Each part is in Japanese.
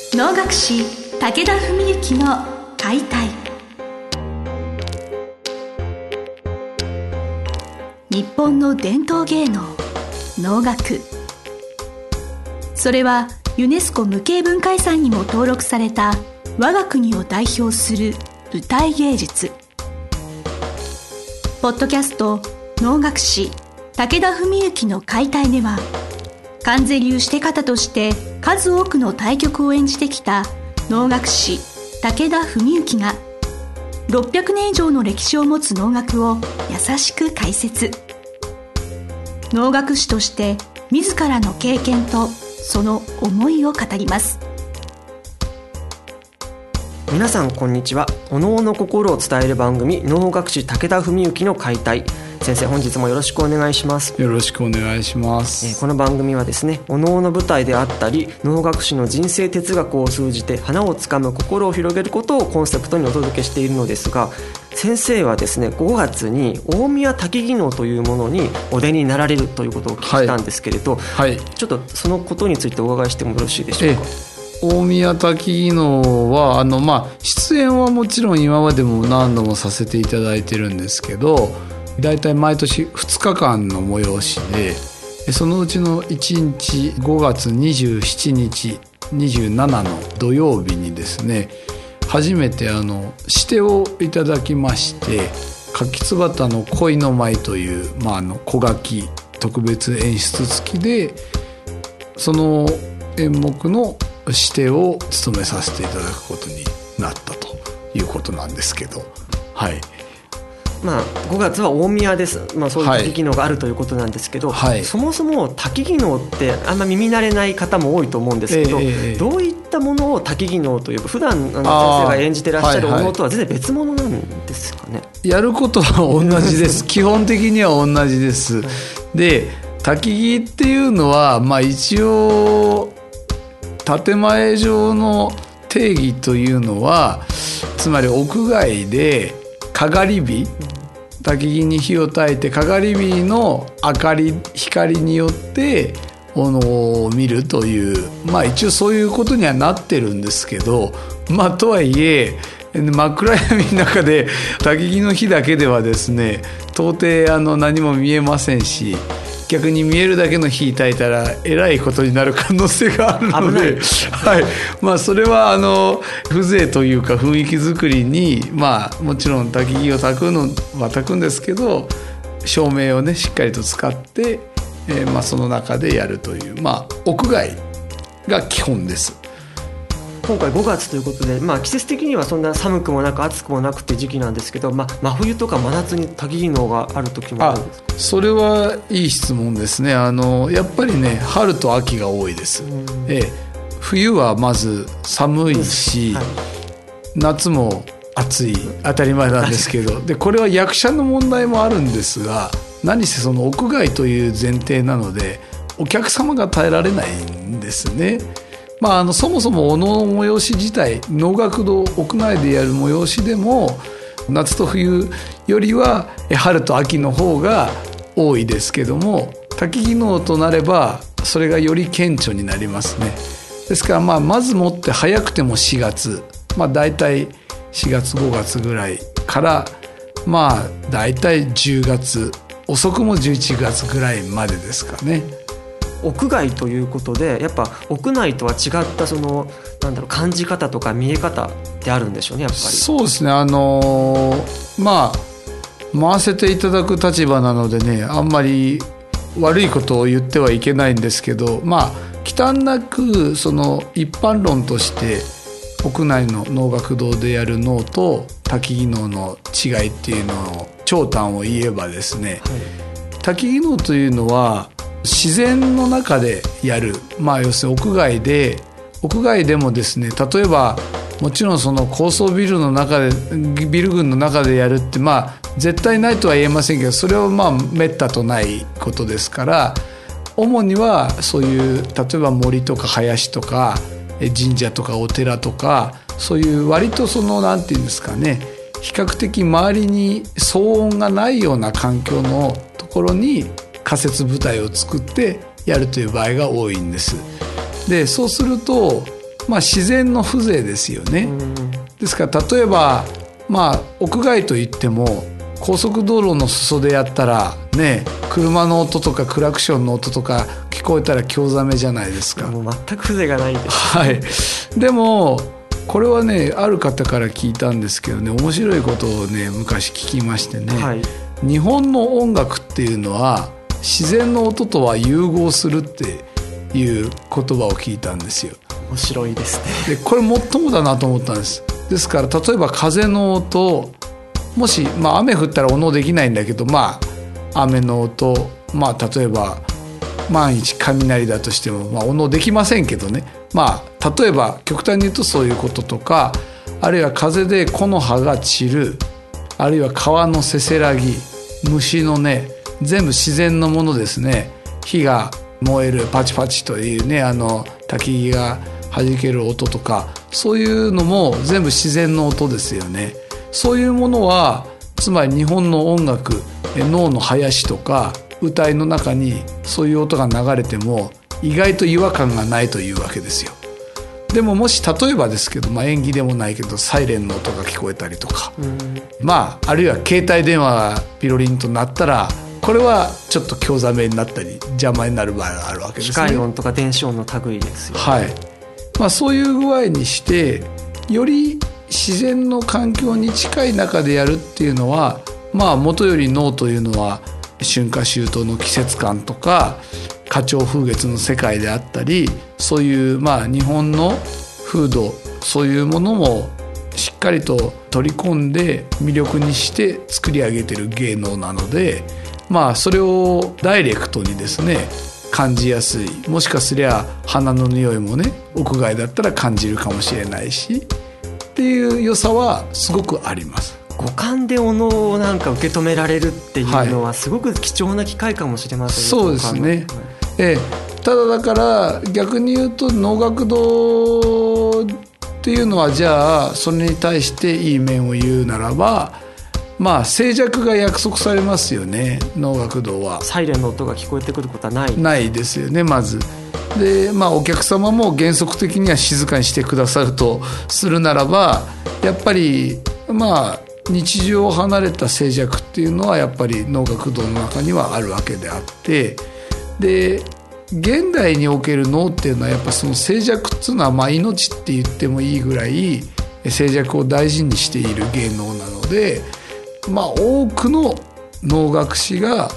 能楽師武田文幸の解体。日本の伝統芸能能楽、それはユネスコ無形文化遺産にも登録された我が国を代表する舞台芸術。ポッドキャスト能楽師武田文幸の解体では、観世流して方として数多くの大曲を演じてきた能楽師武田文幸が600年以上の歴史を持つ能楽を優しく解説。能楽師として自らの経験とその思いを語ります。 皆さんこんにちは。おのおの心を伝える番組、能楽師武田文幸の解体。先生、本日もよろしくお願いします。 よろしくお願いします。 この番組はですね、おのおの舞台であったり能楽師の人生哲学を通じて花をつかむ心を広げることをコンセプトにお届けしているのですが、先生はですね、5月に大宮滝技能というものにお出になられるということを聞いたんですけれど、ちょっとそのことについてお伺いしてもよろしいでしょうか。 大宮滝技能は出演はもちろん今までも何度もさせていただいてるんですけど、だいたい毎年2日間の催しで、そのうちの1日5月27日27の土曜日にですね、初めて指定をいただきまして、柿つばたの恋の舞という、小書特別演出付きでその演目の指定を務めさせていただくことになったということなんですけど、 5月は大宮です、そういう滝技能があるということなんですけど、そもそも滝技能ってあんま耳慣れない方も多いと思うんですけど、どういったものを滝技能というか、普段先生が演じてらっしゃるものとは全然別物なんですかね。 やることは同じです基本的には同じです。で、滝技っていうのは、一応建前上の定義というのは、つまり屋外でかがり火、焚き木に火を焚いてかがり火の光によって見るという、一応そういうことにはなってるんですけど、とはいえ真っ暗闇の中で焚き木の火だけではですね、到底何も見えませんし、逆に見えるだけの火焚いたらえらいことになる可能性があるので、それは風情というか雰囲気作りに、もちろん焚き木を焚くのは焚くんですけど、照明をねしっかりと使って、その中でやるという、屋外が基本です。 今回5月ということで、季節的にはそんな寒くもなく暑くもなくって時期なんですけど、真冬とか真夏に滝技能がある時もあるんですか。 それはいい質問ですね。やっぱりね、春と秋が多いです。冬はまず寒いし、夏も暑い、当たり前なんですけどで、これは役者の問題もあるんですが、何せその屋外という前提なのでお客様が耐えられないんですね。そもそもお能の催し自体、能楽堂屋内でやる催しでも夏と冬よりは春と秋の方が多いですけども、滝技能となればそれがより顕著になりますね。ですからまずもって早くても4月、だいたい4月5月ぐらいからだいたい10月、遅くも11月ぐらいまでですかね。 屋外ということで、やっぱ屋内とは違った感じ方とか見え方ってあるんでしょうね。やっぱりそうですね。回せていただく立場なのでね、あんまり悪いことを言ってはいけないんですけど、忌憚なくその一般論として屋内の能楽堂でやる能と滝技能の違いっていうのを長短を言えばですね、滝技能というのは自然の中でやる、要するに屋外でもですね、例えばもちろんその高層ビル群の中でやるって絶対ないとは言えませんけど、それはめったとないことですから、主にはそういう例えば森とか林とか神社とかお寺とか、そういう割となんていうんですかね、比較的周りに騒音がないような環境のところに仮設舞台を作ってやるという場合が多いんです。でそうすると自然の風情ですよね。ですから例えば、屋外といっても高速道路の裾でやったらね、車の音とかクラクションの音とか聞こえたら興ざめじゃないですか。 もう全く風情がないです、 はい。でもこれはね、ある方から聞いたんですけどね、面白いことをね昔聞きましてね、はい、日本の音楽っていうのは自然の音とは融合するっていう言葉を聞いたんですよ。 面白いですね。 でこれ最もだなと思ったんです。ですから例えば風の音、もし、雨降ったら音できないんだけど、雨の音、例えば万一雷だとしても、音できませんけどね、例えば極端に言うとそういうこととか、あるいは風で木の葉が散る、あるいは川のせせらぎ、虫のね、全部自然のものですね。火が燃えるパチパチというね、焚き木が弾ける音とか、そういうのも全部自然の音ですよね。そういうものはつまり日本の音楽、能の囃子とか歌いの中にそういう音が流れても意外と違和感がないというわけですよ。でももし例えばですけど、演技でもないけどサイレンの音が聞こえたりとか、あるいは携帯電話がピロリンと鳴ったら、これはちょっと興ざめになったり邪魔になる場合があるわけですね。機械音とか電子音の類ですよね。 はい。そういう具合にしてより自然の環境に近い中でやるっていうのは、元より能というのは春夏秋冬の季節感とか花鳥風月の世界であったり、そういう日本の風土、そういうものもしっかりと取り込んで魅力にして作り上げてる芸能なので、それをダイレクトにですね感じやすい。もしかすりゃ花の匂いもね、屋外だったら感じるかもしれないしっていう良さはすごくあります。 五感でお能を受け止められるっていうのはすごく貴重な機会かもしれませんね。 そうですね。ただだから逆に言うと能楽堂っていうのは、じゃあそれに対していい面を言うならば、静寂が約束されますよね。能楽堂はサイレンの音が聞こえてくることはないですよね。まずで、お客様も原則的には静かにしてくださるとするならば、やっぱり日常を離れた静寂っていうのはやっぱり能楽堂の中にはあるわけであって、で現代における能っていうのはやっぱその静寂っていうのは命って言ってもいいぐらい静寂を大事にしている芸能なので、多くの能楽師が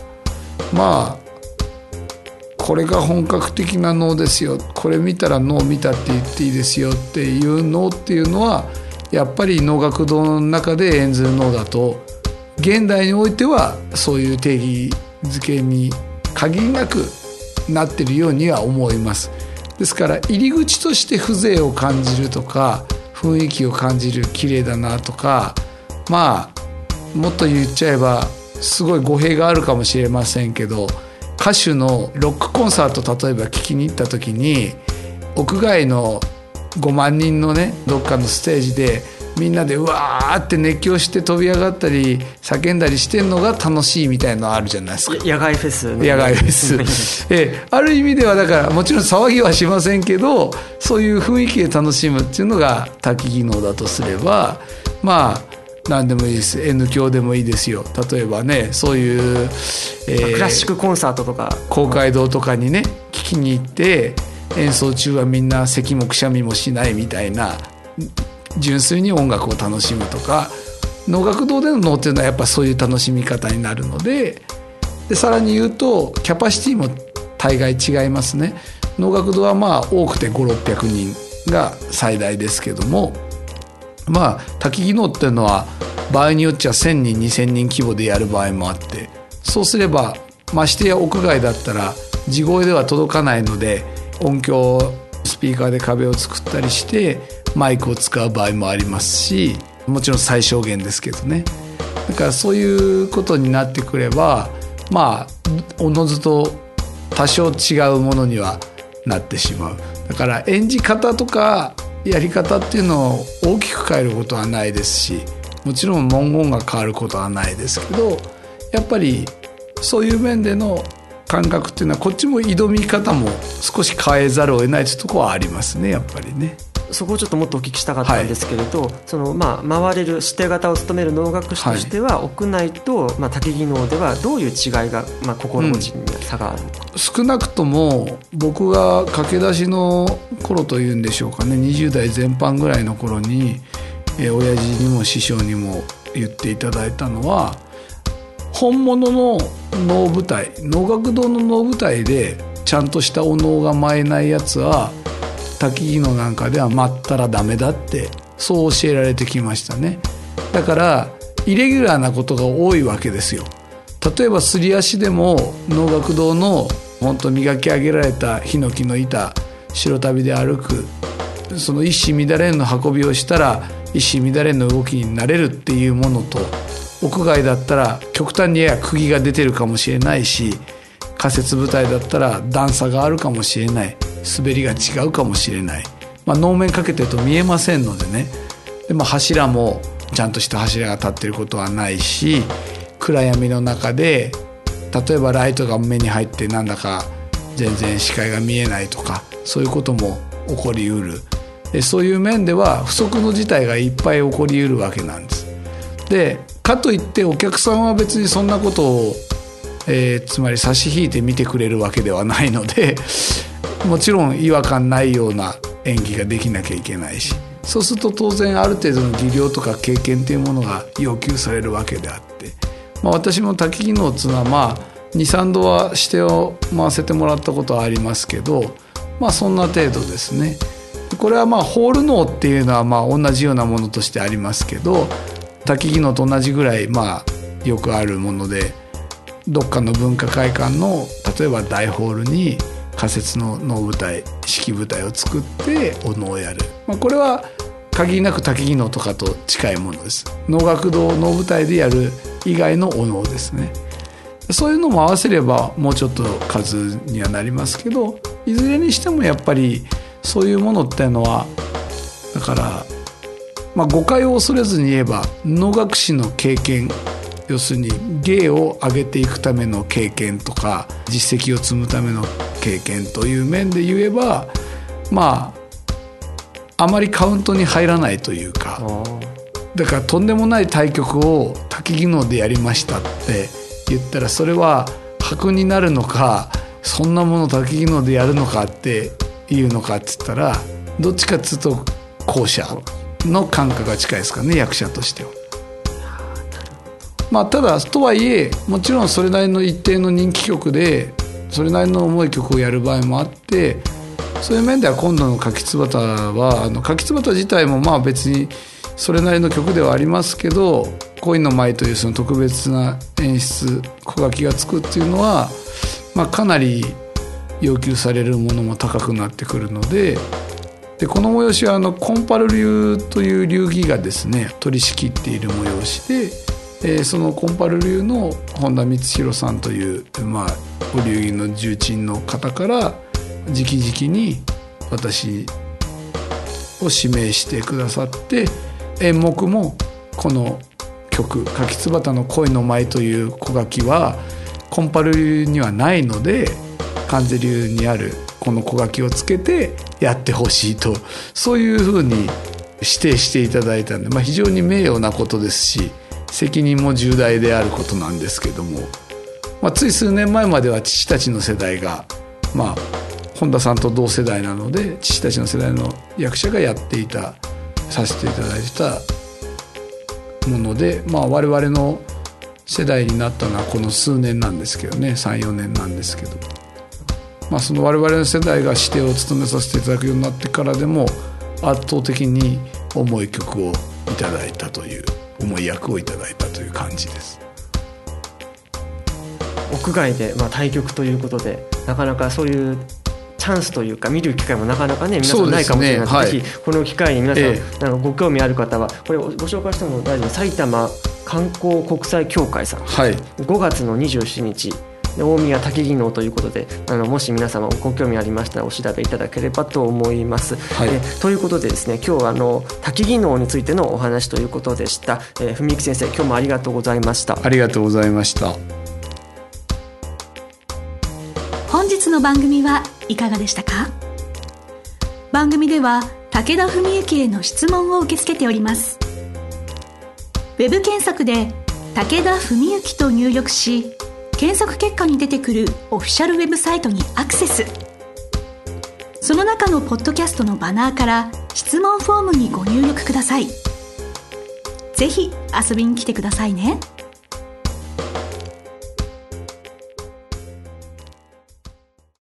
これが本格的な能ですよ、これ見たら能見たって言っていいですよっていう能っていうのはやっぱり能楽堂の中で演ずる能だと、現代においてはそういう定義づけに限りなくなっているようには思います。ですから入り口として風情を感じるとか雰囲気を感じる、綺麗だなとか、もっと言っちゃえばすごい語弊があるかもしれませんけど、歌手のロックコンサート例えば聴きに行った時に屋外の5万人のねどっかのステージでみんなでうわーって熱狂して飛び上がったり叫んだりしてんのが楽しいみたいなのあるじゃないですか。 野外フェス、 野外フェスある意味ではだからもちろん騒ぎはしませんけど、そういう雰囲気で楽しむっていうのが焚き技能だとすれば、何でもいいです。 N 響でもいいですよ。例えばね、そういう、 クラシックコンサートとか公会堂とかにね聴きに行って演奏中はみんな咳もくしゃみもしないみたいな、純粋に音楽を楽しむとか、能楽堂での能っていうのはやっぱそういう楽しみ方になるので、さらに言うとキャパシティも大概違いますね。能楽堂は多くて500、600人が最大ですけども、焚き技能っていうのは場合によっちゃ1000人2000人規模でやる場合もあって、そうすればましてや屋外だったら地声では届かないので音響スピーカーで壁を作ったりしてマイクを使う場合もありますし、もちろん最小限ですけどね。だからそういうことになってくればおのずと多少違うものにはなってしまう。だから演じ方とかやり方っていうのを大きく変えることはないですし、もちろん文言が変わることはないですけど、やっぱりそういう面での感覚っていうのはこっちも挑み方も少し変えざるを得ないというところはありますね、やっぱりね。 そこをちょっともっとお聞きしたかったんですけれど、その回れる指定型を務める能楽師としては、屋内と竹技能ではどういう違いが、心持ちに差があるのか。 少なくとも僕が駆け出しの頃というんでしょうかね、20代前半ぐらいの頃に、親父にも師匠にも言っていただいたのは、本物の能舞台、能楽堂の能舞台でちゃんとしたお能が舞えないやつは滝技能なんかでは舞ったらダメだって、そう教えられてきましたね。だからイレギュラーなことが多いわけですよ。例えばすり足でも能楽堂の本当磨き上げられたヒノキの板、白足袋で歩く、その一糸乱れんの運びをしたら一糸乱れんの動きになれるっていうものと、屋外だったら極端にやや釘が出てるかもしれないし、仮設舞台だったら段差があるかもしれない、滑りが違うかもしれない、能面かけてると見えませんのでね。で、柱もちゃんとした柱が立ってることはないし、暗闇の中で例えばライトが目に入ってなんだか全然視界が見えないとか、そういうことも起こりうる。で、そういう面では不測の事態がいっぱい起こりうるわけなんです。で、かといってお客さんは別にそんなことを、つまり差し引いて見てくれるわけではないので、もちろん違和感ないような演技ができなきゃいけないし、そうすると当然ある程度の技量とか経験というものが要求されるわけであって、私も滝技能っていうのは2、3度は指定を回せてもらったことはありますけど、そんな程度ですね。これはホール能っていうのは同じようなものとしてありますけど、滝技能と同じぐらいよくあるもので、どっかの文化会館の例えば大ホールに仮設の能舞台、式舞台を作ってお能をやる、これは限りなく滝技能とかと近いものです。能楽堂能舞台でやる以外のお能ですね。そういうのも合わせればもうちょっと数にはなりますけど、いずれにしてもやっぱりそういうものっていうのは、だから誤解を恐れずに言えば、能楽師の経験、要するに芸を上げていくための経験とか実績を積むための経験という面で言えば、あまりカウントに入らないというか、だからとんでもない対局を滝技能でやりましたって言ったら、それは箔になるのか、そんなもの滝技能でやるのかっていうのかって言ったら、どっちかっていうと後者の感覚が近いですかね、役者としては。ただとはいえ、もちろんそれなりの一定の人気曲でそれなりの重い曲をやる場合もあって、そういう面では今度の柿つばたは柿つばた自体も別にそれなりの曲ではありますけど、恋の舞というその特別な演出、小柿がつくっていうのは、かなり要求されるものも高くなってくるので、この催しはコンパル流という流儀がですね取り仕切っている催しで、そのコンパル流の本田光弘さんという、お流儀の重鎮の方から直々に私を指名してくださって、演目もこの曲「柿つばたの恋の舞」という小柿はコンパル流にはないので、観世流にあるこの小柿をつけてやってほしいと、そういうふうに指定していただいたんで、非常に名誉なことですし、責任も重大であることなんですけども、つい数年前までは父たちの世代が、本田さんと同世代なので、父たちの世代の役者がやっていた、させていただいたもので、我々の世代になったのはこの数年なんですけどね、 3,4 年なんですけど、その我々の世代が指定を務めさせていただくようになってからでも圧倒的に重い曲をいただいたという、重い役をいただいたという感じです。 屋外で対局ということで、なかなかそういうチャンスというか見る機会もなかなかね、皆さんないかもしれないので、ぜひこの機会に皆さん、ご興味ある方はこれをご紹介しても大丈夫。埼玉観光国際協会さん、5月の27日大宮滝技能ということで、もし皆様ご興味ありましたらお調べいただければと思います、ということでですね、今日は滝技能についてのお話ということでした。文幸先生、今日もありがとうございました。 ありがとうございました。 本日の番組はいかがでしたか？番組では武田文幸への質問を受け付けております。ウェブ検索で武田文幸と入力し、検索結果に出てくるオフィシャルウェブサイトにアクセス。その中のポッドキャストのバナーから質問フォームにご入力ください。ぜひ遊びに来てくださいね。